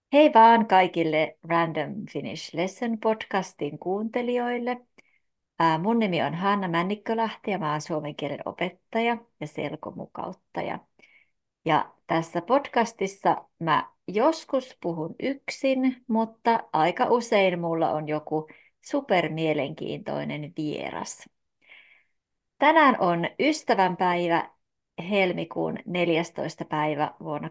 Hei vaan kaikille Random Finnish Lesson podcastin kuuntelijoille. Mun nimi on Hanna Männikkölahti ja mä oon suomen kielen opettaja ja selkomukauttaja. Ja tässä podcastissa mä joskus puhun yksin, mutta aika usein mulla on joku supermielenkiintoinen vieras. Tänään on ystävänpäivä helmikuun 14. päivä vuonna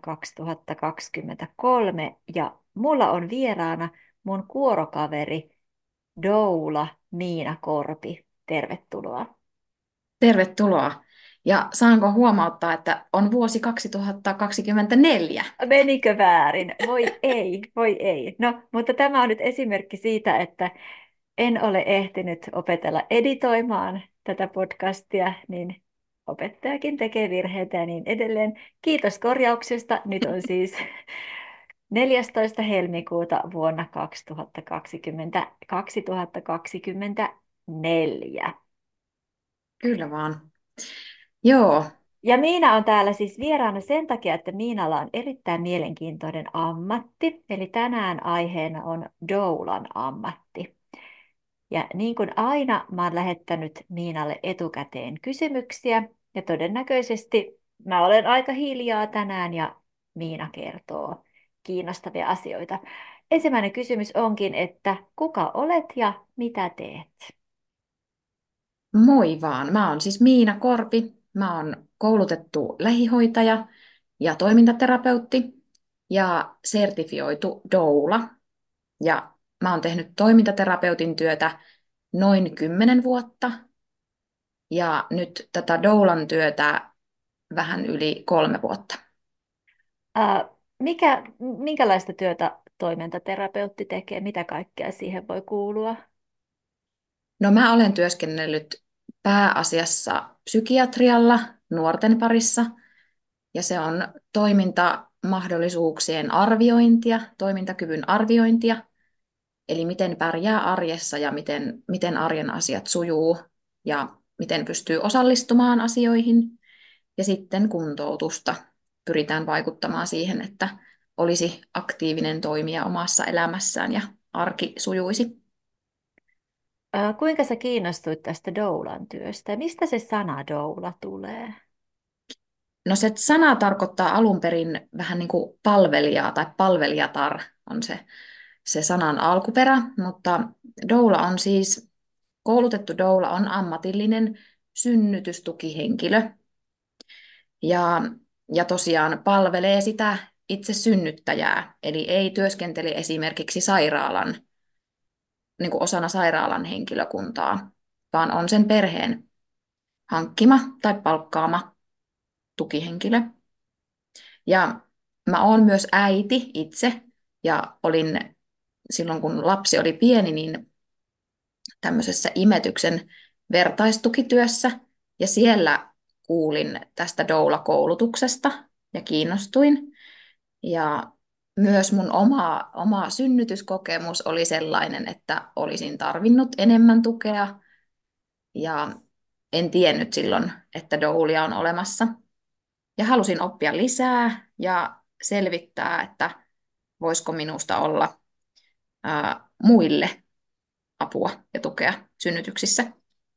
2023 ja mulla on vieraana mun kuorokaveri Doula Miina Korpi. Tervetuloa. Tervetuloa. Ja saanko huomauttaa, että on vuosi 2024? Menikö väärin? Voi ei, voi ei. No, mutta tämä on nyt esimerkki siitä, että en ole ehtinyt opetella editoimaan tätä podcastia, niin opettajakin tekee virheitä ja niin edelleen. Kiitos korjauksesta. Nyt on siis 14. helmikuuta vuonna 2024. Kyllä vaan. Joo, Ja Miina on täällä siis vieraana sen takia, että Miinalla on erittäin mielenkiintoinen ammatti. Eli tänään aiheena on doulan ammatti. Ja niin kuin aina, mä oon lähettänyt Miinalle etukäteen kysymyksiä. Ja todennäköisesti mä olen aika hiljaa tänään ja Miina kertoo kiinnostavia asioita. Ensimmäinen kysymys onkin, että kuka olet ja mitä teet? moi vaan. Mä oon siis Miina Korpi. Mä oon koulutettu lähihoitaja ja toimintaterapeutti ja sertifioitu doula. Ja mä oon tehnyt toimintaterapeutin työtä noin 10 vuotta ja nyt tätä doulan työtä vähän yli 3 vuotta. Minkälaista työtä toimintaterapeutti tekee? Mitä kaikkea siihen voi kuulua? No mä olen työskennellyt pääasiassa psykiatrialla nuorten parissa ja se on toimintamahdollisuuksien arviointia, toimintakyvyn arviointia, eli miten pärjää arjessa ja miten arjen asiat sujuu ja miten pystyy osallistumaan asioihin. Ja sitten kuntoutusta pyritään vaikuttamaan siihen, että olisi aktiivinen toimija omassa elämässään ja arki sujuisi. Kuinka sä kiinnostuit tästä doulan työstä ja mistä se sana doula tulee? No se sana tarkoittaa alun perin vähän niin kuin palvelijaa tai palvelijatar on se sanan alkuperä, mutta doula on siis, koulutettu doula on ammatillinen synnytystukihenkilö ja, ja tosiaan palvelee sitä itse synnyttäjää, eli ei työskentele esimerkiksi sairaalan, niin kuin osana sairaalan henkilökuntaa, vaan on sen perheen hankkima tai palkkaama tukihenkilö. Ja mä oon myös äiti itse ja olin silloin kun lapsi oli pieni, niin tämmöisessä imetyksen vertaistukityössä ja siellä kuulin tästä doula-koulutuksesta ja kiinnostuin. Ja myös mun oma synnytyskokemus oli sellainen, että olisin tarvinnut enemmän tukea ja en tiennyt silloin, että doulia on olemassa. Ja halusin oppia lisää ja selvittää, että voisiko minusta olla muille apua ja tukea synnytyksissä.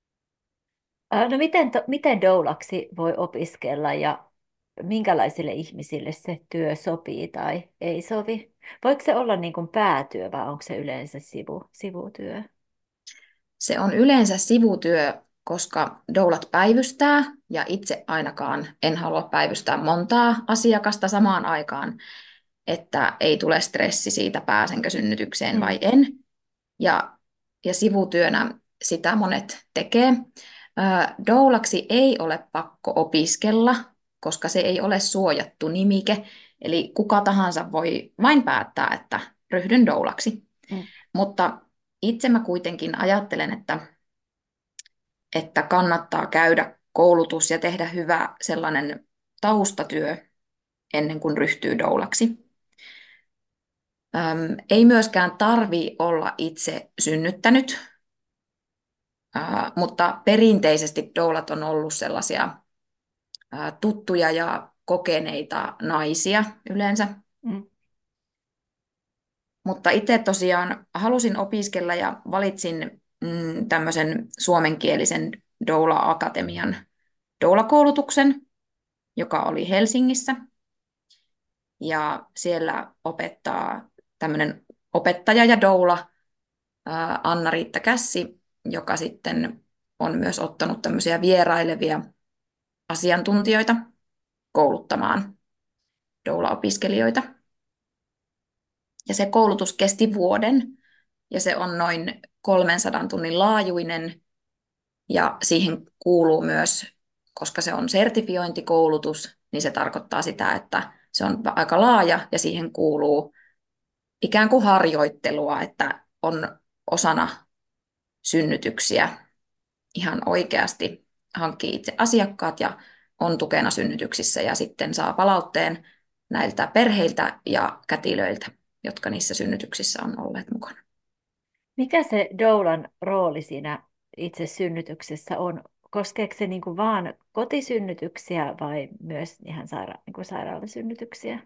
No miten doulaksi voi opiskella ja minkälaisille ihmisille se työ sopii tai ei sovi? Voiko se olla niin kuin päätyö vai onko se yleensä sivutyö? Se on yleensä sivutyö, koska doulat päivystää ja itse ainakaan en halua päivystää montaa asiakasta samaan aikaan, että ei tule stressi siitä, pääsenkö synnytykseen vai Mm. en. Ja, ja sivutyönä sitä monet tekee. Doulaksi ei ole pakko opiskella, koska se ei ole suojattu nimike, eli kuka tahansa voi vain päättää, että ryhdyn doulaksi. Mm. Mutta itse mä kuitenkin ajattelen, että kannattaa käydä koulutus ja tehdä hyvä sellainen taustatyö ennen kuin ryhtyy doulaksi. Ei myöskään tarvi olla itse synnyttänyt, mutta perinteisesti doulat on ollut sellaisia tuttuja ja kokeneita naisia yleensä. Mm. Mutta itse tosiaan halusin opiskella ja valitsin tämmöisen suomenkielisen Doula-akatemian doula-koulutuksen, joka oli Helsingissä. Ja siellä opettaa tämmöinen opettaja ja doula Anna-Riitta Kässi, joka sitten on myös ottanut tämmöisiä vierailevia asiantuntijoita kouluttamaan doula-opiskelijoita. Ja se koulutus kesti vuoden ja se on noin 300 tunnin laajuinen ja siihen kuuluu myös, koska se on sertifiointikoulutus, niin se tarkoittaa sitä, että se on aika laaja ja siihen kuuluu ikään kuin harjoittelua, että on osana synnytyksiä ihan oikeasti hankkii itse asiakkaat ja on tukena synnytyksissä ja sitten saa palautteen näiltä perheiltä ja kätilöiltä, jotka niissä synnytyksissä on olleet mukana. Mikä se doulan rooli siinä itse synnytyksessä on? Koskeeko se niin kuin vaan kotisynnytyksiä vai myös ihan niin kuin sairaalasynnytyksiä?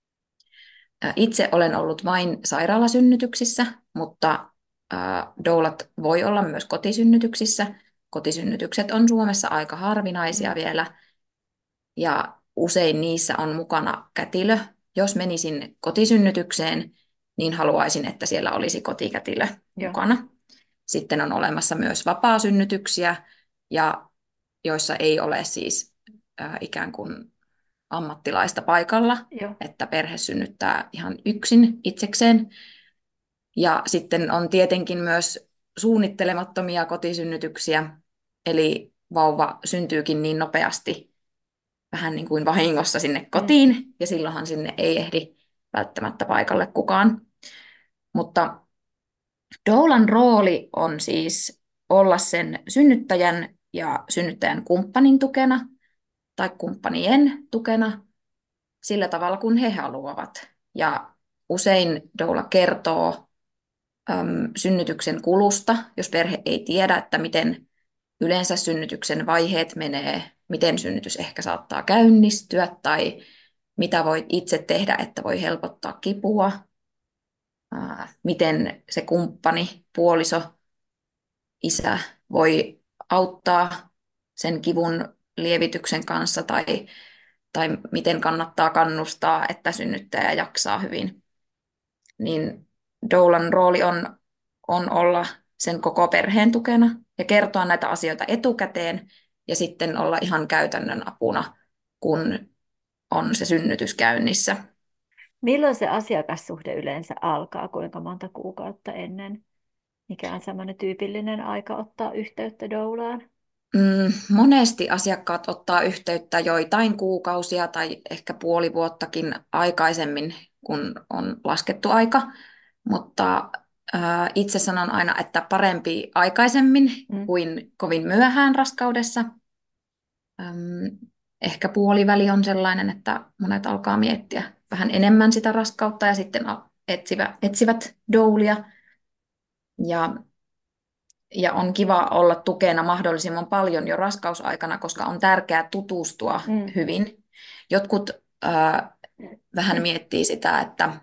Itse olen ollut vain sairaalasynnytyksissä, mutta doulat voi olla myös kotisynnytyksissä. Kotisynnytykset on Suomessa aika harvinaisia Mm. vielä ja usein niissä on mukana kätilö. Jos menisin kotisynnytykseen, niin haluaisin, että siellä olisi kotikätilö Joo. mukana. Sitten on olemassa myös vapaasynnytyksiä, ja joissa ei ole siis ikään kuin ammattilaista paikalla, Joo. että perhe synnyttää ihan yksin itsekseen. Ja sitten on tietenkin myös suunnittelemattomia kotisynnytyksiä, eli vauva syntyykin niin nopeasti vähän niin kuin vahingossa sinne Mm. kotiin, ja silloinhan sinne ei ehdi välttämättä paikalle kukaan. Mutta doulan rooli on siis olla sen synnyttäjän ja synnyttäjän kumppanin tukena tai kumppanien tukena sillä tavalla, kun he haluavat. Ja usein doula kertoo synnytyksen kulusta, jos perhe ei tiedä, että miten yleensä synnytyksen vaiheet menee, miten synnytys ehkä saattaa käynnistyä tai mitä voit itse tehdä, että voi helpottaa kipua, miten se kumppani, puoliso, isä voi auttaa sen kivun lievityksen kanssa tai miten kannattaa kannustaa, että synnyttäjä jaksaa hyvin. Niin doulan rooli on olla sen koko perheen tukena ja kertoa näitä asioita etukäteen ja sitten olla ihan käytännön apuna, kun on se synnytys käynnissä. Milloin se asiakassuhde yleensä alkaa? Kuinka monta kuukautta ennen? Mikä on semmoinen tyypillinen aika ottaa yhteyttä doulaan? Monesti asiakkaat ottaa yhteyttä joitain kuukausia tai ehkä puoli vuottakin aikaisemmin, kun on laskettu aika, mutta itse sanon aina, että parempi aikaisemmin Mm. kuin kovin myöhään raskaudessa. Äm, Ehkä puoliväli on sellainen, että monet alkaa miettiä vähän enemmän sitä raskautta ja sitten etsivät doulia. Ja ja on kiva olla tukena mahdollisimman paljon jo raskausaikana, koska on tärkeää tutustua Mm. hyvin. Jotkut vähän miettii sitä, että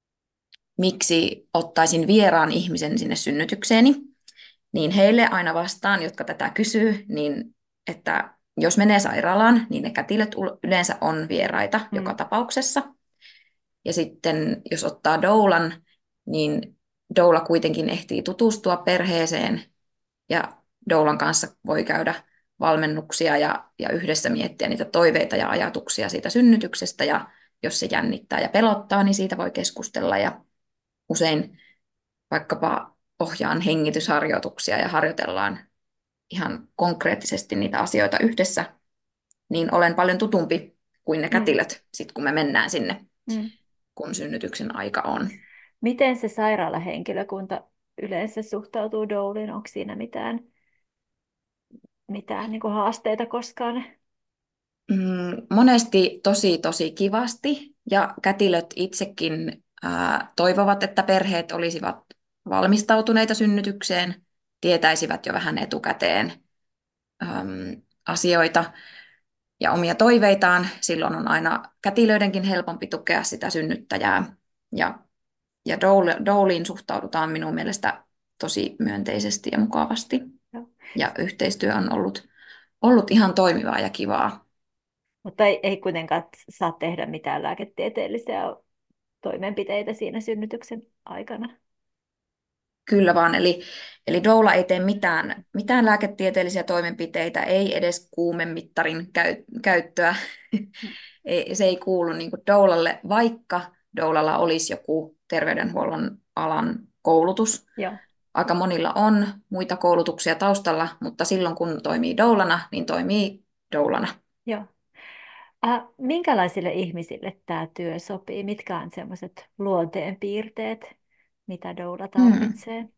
miksi ottaisin vieraan ihmisen sinne synnytykseeni, niin heille aina vastaan, jotka tätä kysyy, niin että jos menee sairaalaan, niin ne kätilöt yleensä on vieraita joka Mm. tapauksessa. Ja sitten jos ottaa doulan, niin doula kuitenkin ehtii tutustua perheeseen ja doulan kanssa voi käydä valmennuksia ja yhdessä miettiä niitä toiveita ja ajatuksia siitä synnytyksestä ja jos se jännittää ja pelottaa, niin siitä voi keskustella ja usein vaikkapa ohjaan hengitysharjoituksia ja harjoitellaan ihan konkreettisesti niitä asioita yhdessä, niin olen paljon tutumpi kuin ne Mm. kätilöt, sit kun me mennään sinne, Mm. kun synnytyksen aika on. Miten se sairaalahenkilökunta yleensä suhtautuu douliin? Onko siinä mitään niin kuin haasteita koskaan? Monesti tosi kivasti ja kätilöt itsekin toivovat, että perheet olisivat valmistautuneita synnytykseen, tietäisivät jo vähän etukäteen asioita ja omia toiveitaan. Silloin on aina kätilöidenkin helpompi tukea sitä synnyttäjää Ja Douliin suhtaudutaan minun mielestä tosi myönteisesti ja mukavasti. Joo. Ja yhteistyö on ollut ihan toimivaa ja kivaa. Mutta ei kuitenkaan saa tehdä mitään lääketieteellisiä toimenpiteitä siinä synnytyksen aikana. Kyllä vaan, eli doula ei tee mitään lääketieteellisiä toimenpiteitä, ei edes kuumemittarin käyttöä. Se ei kuulu niin kuin doulalle, vaikka doulalla olisi joku terveydenhuollon alan koulutus. Joo, Aika monilla on muita koulutuksia taustalla, mutta silloin kun toimii doulana, niin toimii doulana. joo. Minkälaisille ihmisille tämä työ sopii? Mitkä on sellaiset luonteenpiirteet, mitä doula Hmm. tarvitsee?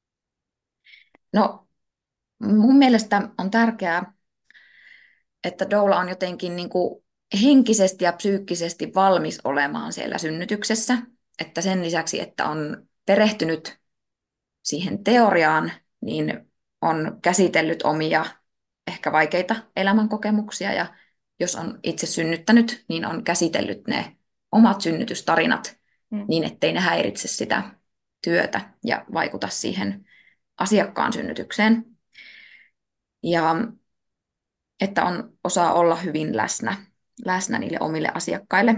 No, mun mielestä on tärkeää, että doula on jotenkin niin kuin henkisesti ja psyykkisesti valmis olemaan siellä synnytyksessä. Että sen lisäksi, että on perehtynyt siihen teoriaan, niin on käsitellyt omia ehkä vaikeita elämänkokemuksia ja jos on itse synnyttänyt, niin on käsitellyt ne omat synnytystarinat Mm. niin, ettei ne häiritse sitä työtä ja vaikuta siihen asiakkaan synnytykseen. Ja että osaa olla hyvin läsnä niille omille asiakkaille.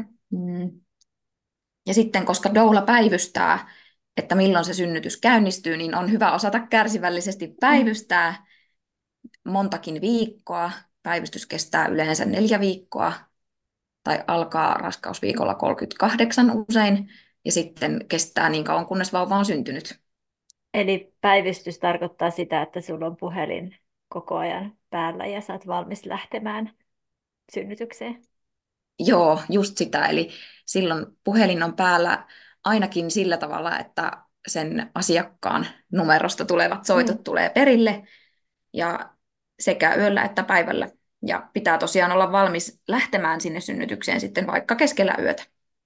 Ja sitten, koska doula päivystää, että milloin se synnytys käynnistyy, niin on hyvä osata kärsivällisesti Mm. päivystää montakin viikkoa. Päivystys kestää yleensä 4 viikkoa tai alkaa raskausviikolla 38 usein ja sitten kestää niin kauan, kunnes vauva on syntynyt. Eli päivystys tarkoittaa sitä, että sulla on puhelin koko ajan päällä ja sä oot valmis lähtemään synnytykseen. Joo, just sitä. Eli silloin puhelin on päällä ainakin sillä tavalla, että sen asiakkaan numerosta tulevat Mm. soitot tulee perille ja sekä yöllä että päivällä. Ja pitää tosiaan olla valmis lähtemään sinne synnytykseen sitten vaikka keskellä yötä.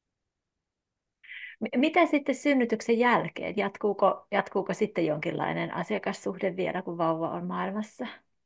Mitä sitten synnytyksen jälkeen? Jatkuuko sitten jonkinlainen asiakassuhde vielä, kun vauva on maailmassa?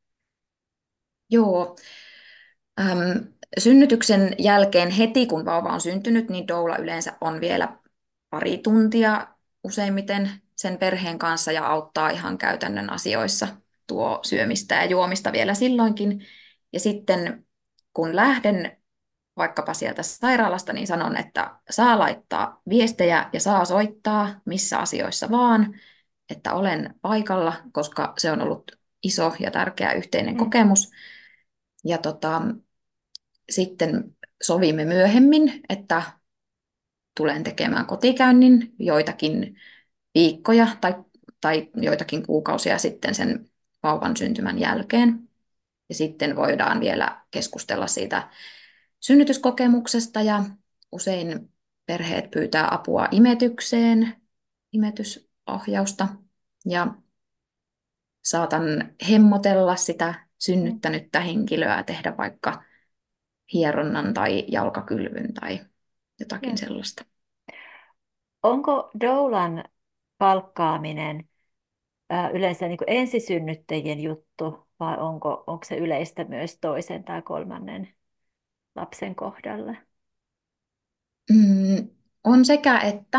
Joo, synnytyksen jälkeen heti kun vauva on syntynyt, niin doula yleensä on vielä pari tuntia useimmiten sen perheen kanssa ja auttaa ihan käytännön asioissa, tuo syömistä ja juomista vielä silloinkin. Ja sitten kun lähden vaikkapa sieltä sairaalasta, niin sanon, että saa laittaa viestejä ja saa soittaa missä asioissa vaan, että olen paikalla, koska se on ollut iso ja tärkeä yhteinen Mm. kokemus. Ja sitten sovimme myöhemmin, että tulen tekemään kotikäynnin joitakin viikkoja tai joitakin kuukausia sitten sen vauvan syntymän jälkeen. Ja sitten voidaan vielä keskustella siitä synnytyskokemuksesta ja usein perheet pyytää apua imetykseen, imetysohjausta ja saatan hemmotella sitä Mm. synnyttänyttä henkilöä, tehdä vaikka hieronnan tai jalkakylvyn tai jotakin Joo. sellaista. Onko doulan palkkaaminen yleensä niin kuin ensisynnyttäjien juttu vai onko se yleistä myös toisen tai kolmannen lapsen kohdalla? Mm, on sekä että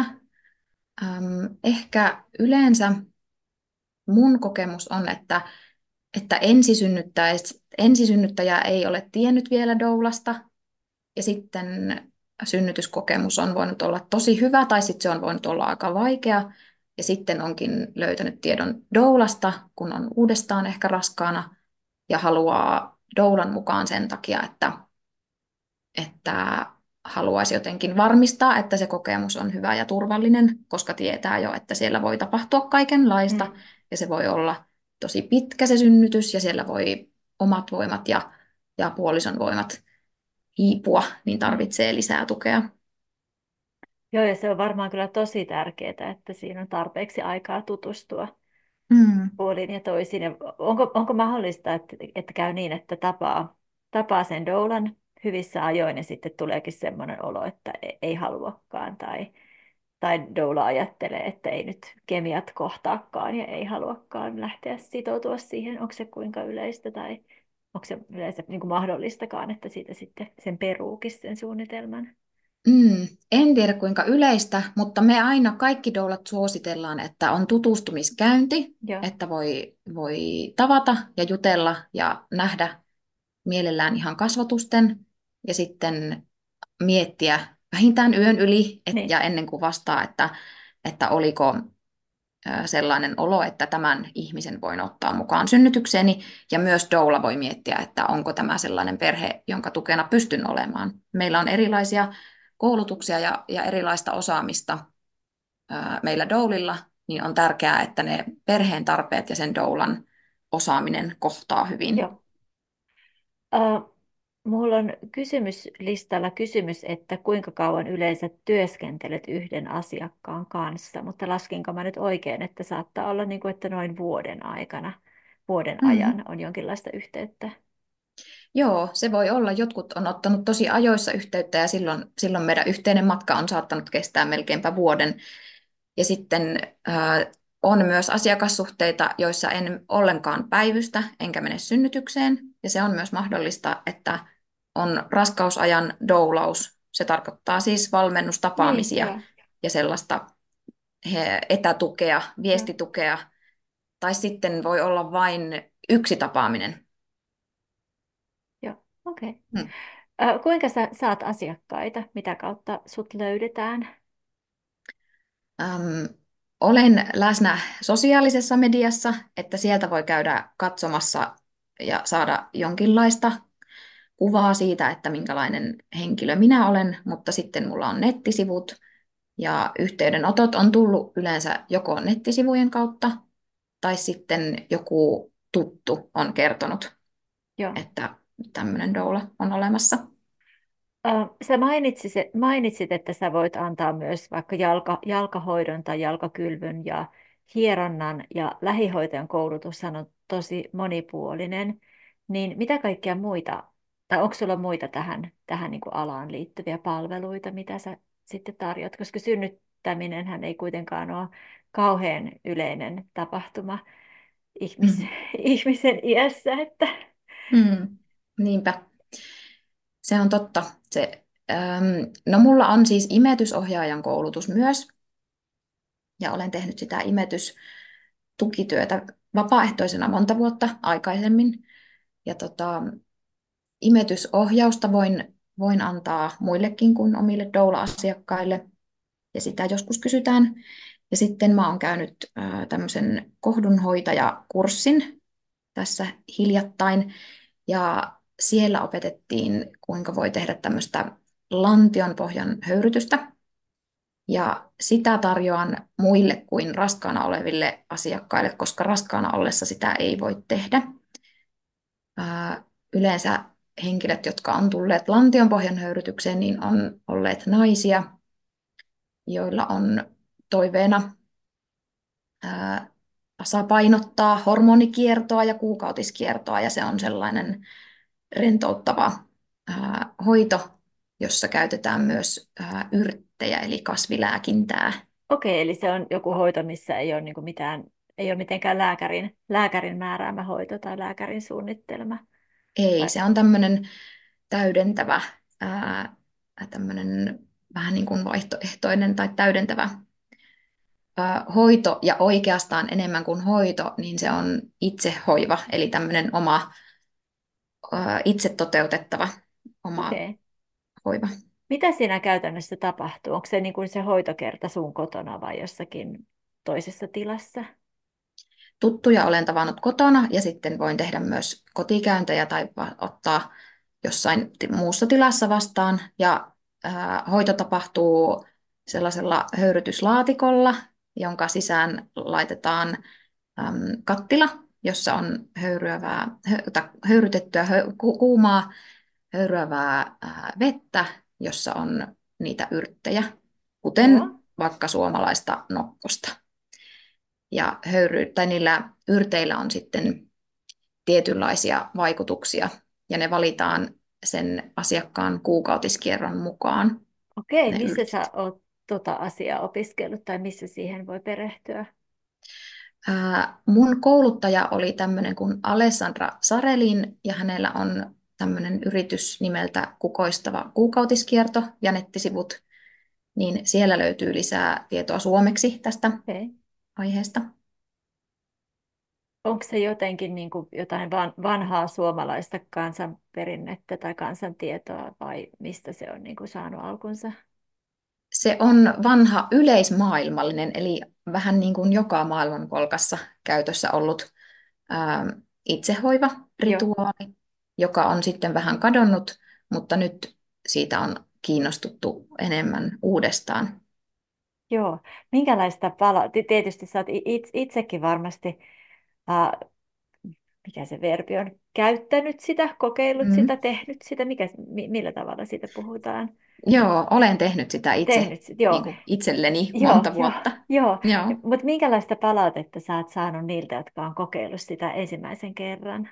ehkä yleensä mun kokemus on, että ensisynnyttäjä ei ole tiennyt vielä doulasta ja sitten synnytyskokemus on voinut olla tosi hyvä tai sitten se on voinut olla aika vaikea ja sitten onkin löytänyt tiedon doulasta, kun on uudestaan ehkä raskaana ja haluaa doulan mukaan sen takia, että haluaisi jotenkin varmistaa, että se kokemus on hyvä ja turvallinen, koska tietää jo, että siellä voi tapahtua kaikenlaista Mm. ja se voi olla tosi pitkä se synnytys ja siellä voi omat voimat ja puolison voimat hiipua, niin Mm. tarvitsee lisää tukea. Joo, ja se on varmaan kyllä tosi tärkeää, että siinä on tarpeeksi aikaa tutustua Mm. puolin ja toisin. Ja onko mahdollista, että käy niin, että tapaa sen doulan hyvissä ajoin ja sitten tuleekin semmoinen olo, että ei haluakaan tai doula ajattelee, että ei nyt kemiat kohtaakaan ja ei haluakaan lähteä sitoutua siihen. Onko se kuinka yleistä tai onko se yleensä niin kuin mahdollistakaan, että siitä sitten sen peruukin sen suunnitelman? En tiedä kuinka yleistä, mutta me aina kaikki doulat suositellaan, että on tutustumiskäynti, Joo, että voi tavata ja jutella ja nähdä mielellään ihan kasvotusten ja sitten miettiä vähintään yön yli niin, ja ennen kuin vastaa, että oliko sellainen olo, että tämän ihmisen voin ottaa mukaan synnytykseeni. Ja myös doula voi miettiä, että onko tämä sellainen perhe, jonka tukena pystyn olemaan. Meillä on erilaisia koulutuksia ja erilaista osaamista meillä doulilla, niin on tärkeää, että ne perheen tarpeet ja sen doulan osaaminen kohtaa hyvin. joo. Uh, mulla on kysymyslistalla kysymys, että kuinka kauan yleensä työskentelet yhden asiakkaan kanssa, mutta laskinko mä nyt oikein, että saattaa olla niin kuin, että noin vuoden aikana, vuoden Mm. ajan on jonkinlaista yhteyttä. Joo, se voi olla. Jotkut on ottanut tosi ajoissa yhteyttä ja silloin meidän yhteinen matka on saattanut kestää melkeinpä vuoden. Ja sitten on myös asiakassuhteita, joissa en ollenkaan päivystä enkä mene synnytykseen. Ja se on myös mahdollista, että on raskausajan doulaus. Se tarkoittaa siis Niin, valmennustapaamisia joo, ja sellaista etätukea, joo, viestitukea. Tai sitten voi olla vain yksi tapaaminen. joo, okei. Okay. Hmm. Kuinka sä saat asiakkaita? Mitä kautta sut löydetään? Äm, Olen läsnä sosiaalisessa mediassa, että sieltä voi käydä katsomassa ja saada jonkinlaista kuvaa siitä, että minkälainen henkilö minä olen, mutta sitten mulla on nettisivut ja yhteydenotot on tullut yleensä joko nettisivujen kautta tai sitten joku tuttu on kertonut, Joo. että tämmöinen doula on olemassa. Sä mainitsit, että sä voit antaa myös vaikka jalkahoidon tai jalkakylvyn ja hieronnan ja lähihoitajan koulutus on tosi monipuolinen. Niin mitä kaikkia muita, tai onko sulla muita tähän niin kuin alaan liittyviä palveluita, mitä sä sitten tarjoat? Koska synnyttäminenhän ei kuitenkaan ole kauhean yleinen tapahtuma Mm. ihmisen iässä, että Mm. Niinpä, se on totta. No mulla on siis imetysohjaajan koulutus myös, ja olen tehnyt sitä imetystukityötä vapaaehtoisena monta vuotta aikaisemmin. Ja imetysohjausta voin antaa muillekin kuin omille doula-asiakkaille, ja sitä joskus kysytään. Ja sitten mä oon käynyt tämmöisen kohdunhoitajakurssin tässä hiljattain, ja siellä opetettiin, kuinka voi tehdä tämmöistä lantionpohjan höyrytystä, ja sitä tarjoan muille kuin raskaana oleville asiakkaille, koska raskaana ollessa sitä ei voi tehdä. Yleensä henkilöt, jotka on tulleet lantionpohjan höyrytykseen, niin on olleet naisia, joilla on toiveena tasapainottaa hormonikiertoa ja kuukautiskiertoa, ja se on sellainen rentouttava hoito, jossa käytetään myös yrttejä, eli kasvilääkintää. okei, eli se on joku hoito, missä ei ole niin kuin mitään, ei ole mitenkään lääkärin määräämä hoito tai lääkärin suunnittelema. Ei, Tai, se on tämmöinen täydentävä, tämmöinen vähän niin kuin vaihtoehtoinen tai täydentävä hoito, ja oikeastaan enemmän kuin hoito, niin se on itsehoiva, eli tämmöinen oma itse toteutettava oma okei. hoiva. Mitä siinä käytännössä tapahtuu? Onko se niin kuin se hoitokerta sun kotona vai jossakin toisessa tilassa? Tuttuja olen tavannut kotona, ja sitten voin tehdä myös kotikäyntejä tai ottaa jossain muussa tilassa vastaan. Ja hoito tapahtuu sellaisella höyrytyslaatikolla, jonka sisään laitetaan kattila, jossa on höyrytettyä kuumaa höyryävää vettä, jossa on niitä yrttejä, kuten Joo. vaikka suomalaista nokkosta. Ja tai niillä yrteillä on sitten tietynlaisia vaikutuksia, ja ne valitaan sen asiakkaan kuukautiskierron mukaan, Okei, ne missä yrtit. sä oot tota asiaa opiskellut tai missä siihen voi perehtyä? Mun kouluttaja oli tämmöinen kuin Alessandra Sarelin, ja hänellä on tämmöinen yritys nimeltä Kukoistava kuukautiskierto ja nettisivut, niin siellä löytyy lisää tietoa suomeksi tästä Okay. aiheesta. Onko se jotenkin niin kuin jotain vanhaa suomalaista kansanperinnettä tai kansantietoa vai mistä se on niin kuin saanut alkunsa? Se on vanha yleismaailmallinen, eli vähän niin kuin joka maailmankolkassa käytössä ollut ää, Joo, itsehoiva-rituaali, joka on sitten vähän kadonnut, mutta nyt siitä on kiinnostuttu enemmän uudestaan. joo. Minkälaista tietysti sä oot itsekin varmasti, mikä se verbi on, käyttänyt sitä, kokeillut Mm. sitä, tehnyt sitä, millä tavalla siitä puhutaan? Joo, olen tehnyt sitä itse Tehnyt sitä, joo. niin kuin itselleni Joo, monta joo, vuotta. joo. Joo. Mutta minkälaista palautetta sä oot saanut niiltä, jotka on kokeillut sitä ensimmäisen kerran?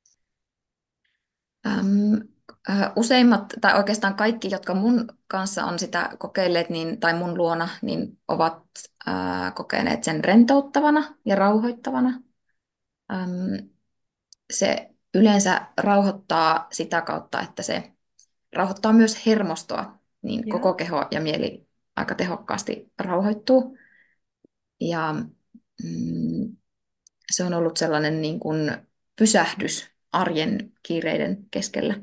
Äm, Useimmat, tai oikeastaan kaikki, jotka mun kanssa on sitä kokeilleet, niin, tai mun luona, niin ovat kokeneet sen rentouttavana ja rauhoittavana. Äm, Se yleensä rauhoittaa sitä kautta, että se rauhoittaa myös hermostoa, niin koko Joo. keho ja mieli aika tehokkaasti rauhoittuu. Ja mm, se on ollut sellainen niin kuin pysähdys arjen kiireiden keskellä.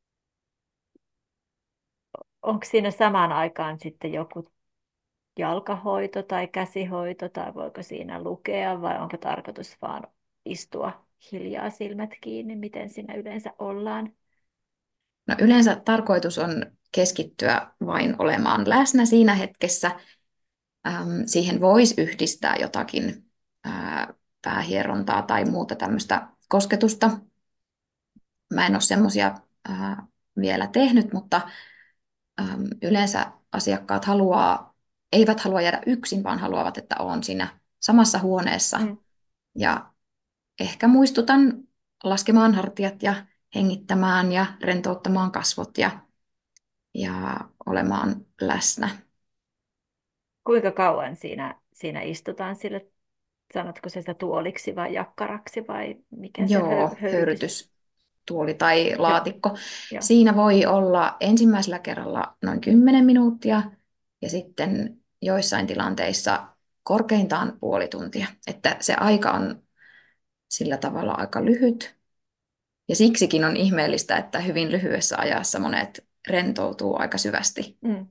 Onko siinä samaan aikaan sitten joku jalkahoito tai käsihoito tai voiko siinä lukea vai onko tarkoitus vaan istua hiljaa silmät kiinni, miten siinä yleensä ollaan? No yleensä tarkoitus on keskittyä vain olemaan läsnä siinä hetkessä. Siihen voisi yhdistää jotakin päähierontaa tai muuta tämmöistä kosketusta. Mä en ole semmoisia vielä tehnyt, mutta yleensä asiakkaat eivät halua jäädä yksin, vaan haluavat, että olen siinä samassa huoneessa. Mm. Ja ehkä muistutan laskemaan hartiat ja hengittämään ja rentouttamaan kasvot ja olemaan läsnä. Kuinka kauan siinä istutaan sille, sanotko se sitä tuoliksi vai jakkaraksi vai mikä se Joo, höyrytys? höyrytystuoli tai Joo, laatikko. joo, Siinä voi olla ensimmäisellä kerralla noin 10 minuuttia ja sitten joissain tilanteissa korkeintaan puoli tuntia. Että se aika on sillä tavalla aika lyhyt. Ja siksikin on ihmeellistä, että hyvin lyhyessä ajassa monet rentoutuu aika syvästi. mm.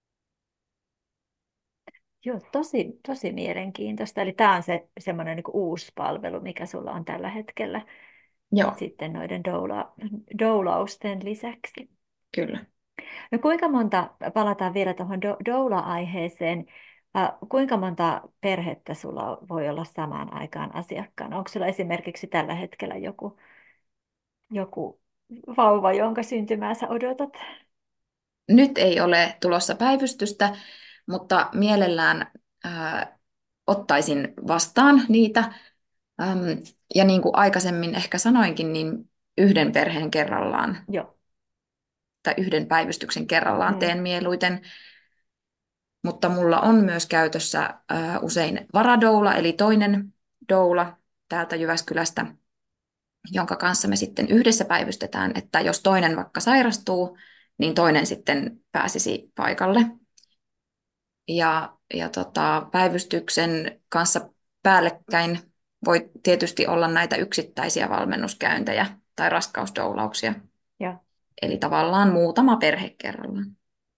Joo, tosi mielenkiintoista. Eli tämä on se semmoinen niin uusi palvelu, mikä sulla on tällä hetkellä Joo, sitten noiden doulausten lisäksi. kyllä. No kuinka monta, palataan vielä tuohon doula-aiheeseen, kuinka monta perhettä sulla voi olla samaan aikaan asiakkaana? Onko sulla esimerkiksi tällä hetkellä joku vauva, jonka syntymää sä odotat? Nyt ei ole tulossa päivystystä, mutta mielellään ottaisin vastaan niitä. Äm, ja niin kuin aikaisemmin ehkä sanoinkin, niin yhden perheen kerrallaan Joo. tai yhden päivystyksen kerrallaan Mm. teen mieluiten. Mutta mulla on myös käytössä usein varadoula, eli toinen doula täältä Jyväskylästä, jonka kanssa me sitten yhdessä päivystetään, että jos toinen vaikka sairastuu, niin toinen sitten pääsisi paikalle. Päivystyksen kanssa päällekkäin voi tietysti olla näitä yksittäisiä valmennuskäyntejä tai raskausdoulauksia, Joo. eli tavallaan muutama perhe kerrallaan.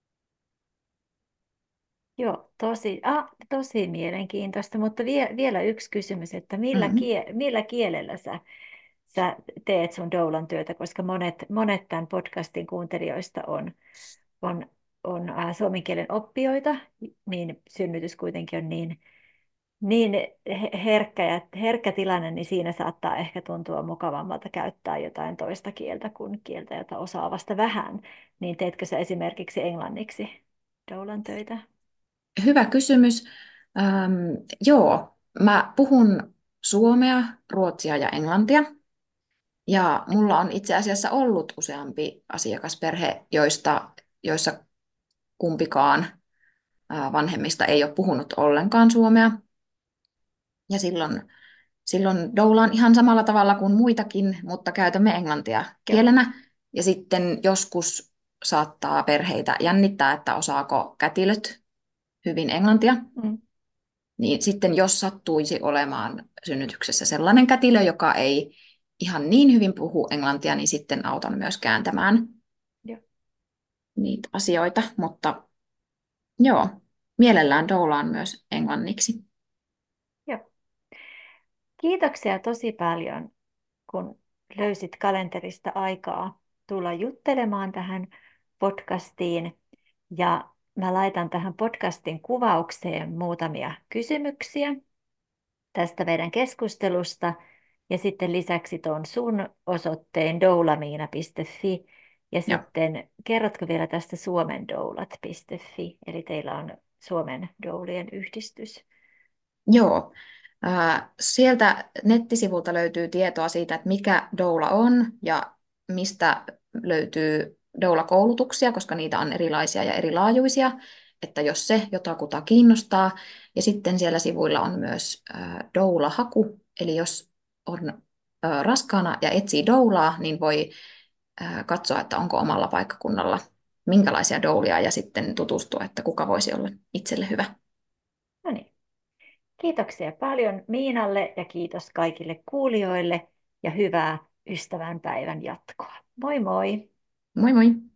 Joo, tosi mielenkiintoista, mutta vielä yksi kysymys, että Mm. millä kielellä sä teet sun doulan työtä, koska monet tämän podcastin kuuntelijoista on, on suomen kielen oppijoita, niin synnytys kuitenkin on niin herkkä tilanne, niin siinä saattaa ehkä tuntua mukavammalta käyttää jotain toista kieltä kuin kieltä, jota osaa vasta vähän. Niin teetkö sä esimerkiksi englanniksi doulan töitä? Hyvä kysymys. Ähm, joo, mä puhun suomea, ruotsia ja englantia. Ja mulla on itse asiassa ollut useampi asiakasperhe, joissa kumpikaan vanhemmista ei ole puhunut ollenkaan suomea. Ja silloin doulaan ihan samalla tavalla kuin muitakin, mutta käytämme englantia Joo. kielenä. Ja sitten joskus saattaa perheitä jännittää, että osaako kätilöt hyvin englantia. Mm. Niin sitten jos sattuisi olemaan synnytyksessä sellainen kätilö, joka ei ihan niin hyvin puhu englantia, niin sitten autan myös kääntämään Joo. niitä asioita. Mutta joo, mielellään doulaan myös englanniksi. Joo. Kiitoksia tosi paljon, kun löysit kalenterista aikaa tulla juttelemaan tähän podcastiin. Ja mä laitan tähän podcastin kuvaukseen muutamia kysymyksiä tästä meidän keskustelusta. Ja sitten lisäksi tuon sun osoitteen doulamiina.fi. Ja Joo. sitten kerrotko vielä tästä suomendoulat.fi, eli teillä on Suomen doulien yhdistys. Joo. Sieltä nettisivulta löytyy tietoa siitä, että mikä doula on ja mistä löytyy doula-koulutuksia, koska niitä on erilaisia ja erilaajuisia, että jos se jotakuta kiinnostaa. Ja sitten siellä sivuilla on myös doula-haku, eli jos on raskaana ja etsii doulaa, niin voi katsoa, että onko omalla paikkakunnalla minkälaisia doulia ja sitten tutustua, että kuka voisi olla itselle hyvä. No niin. Kiitoksia paljon Miinalle ja kiitos kaikille kuulijoille ja hyvää ystävänpäivän jatkoa. Moi moi! Moi moi!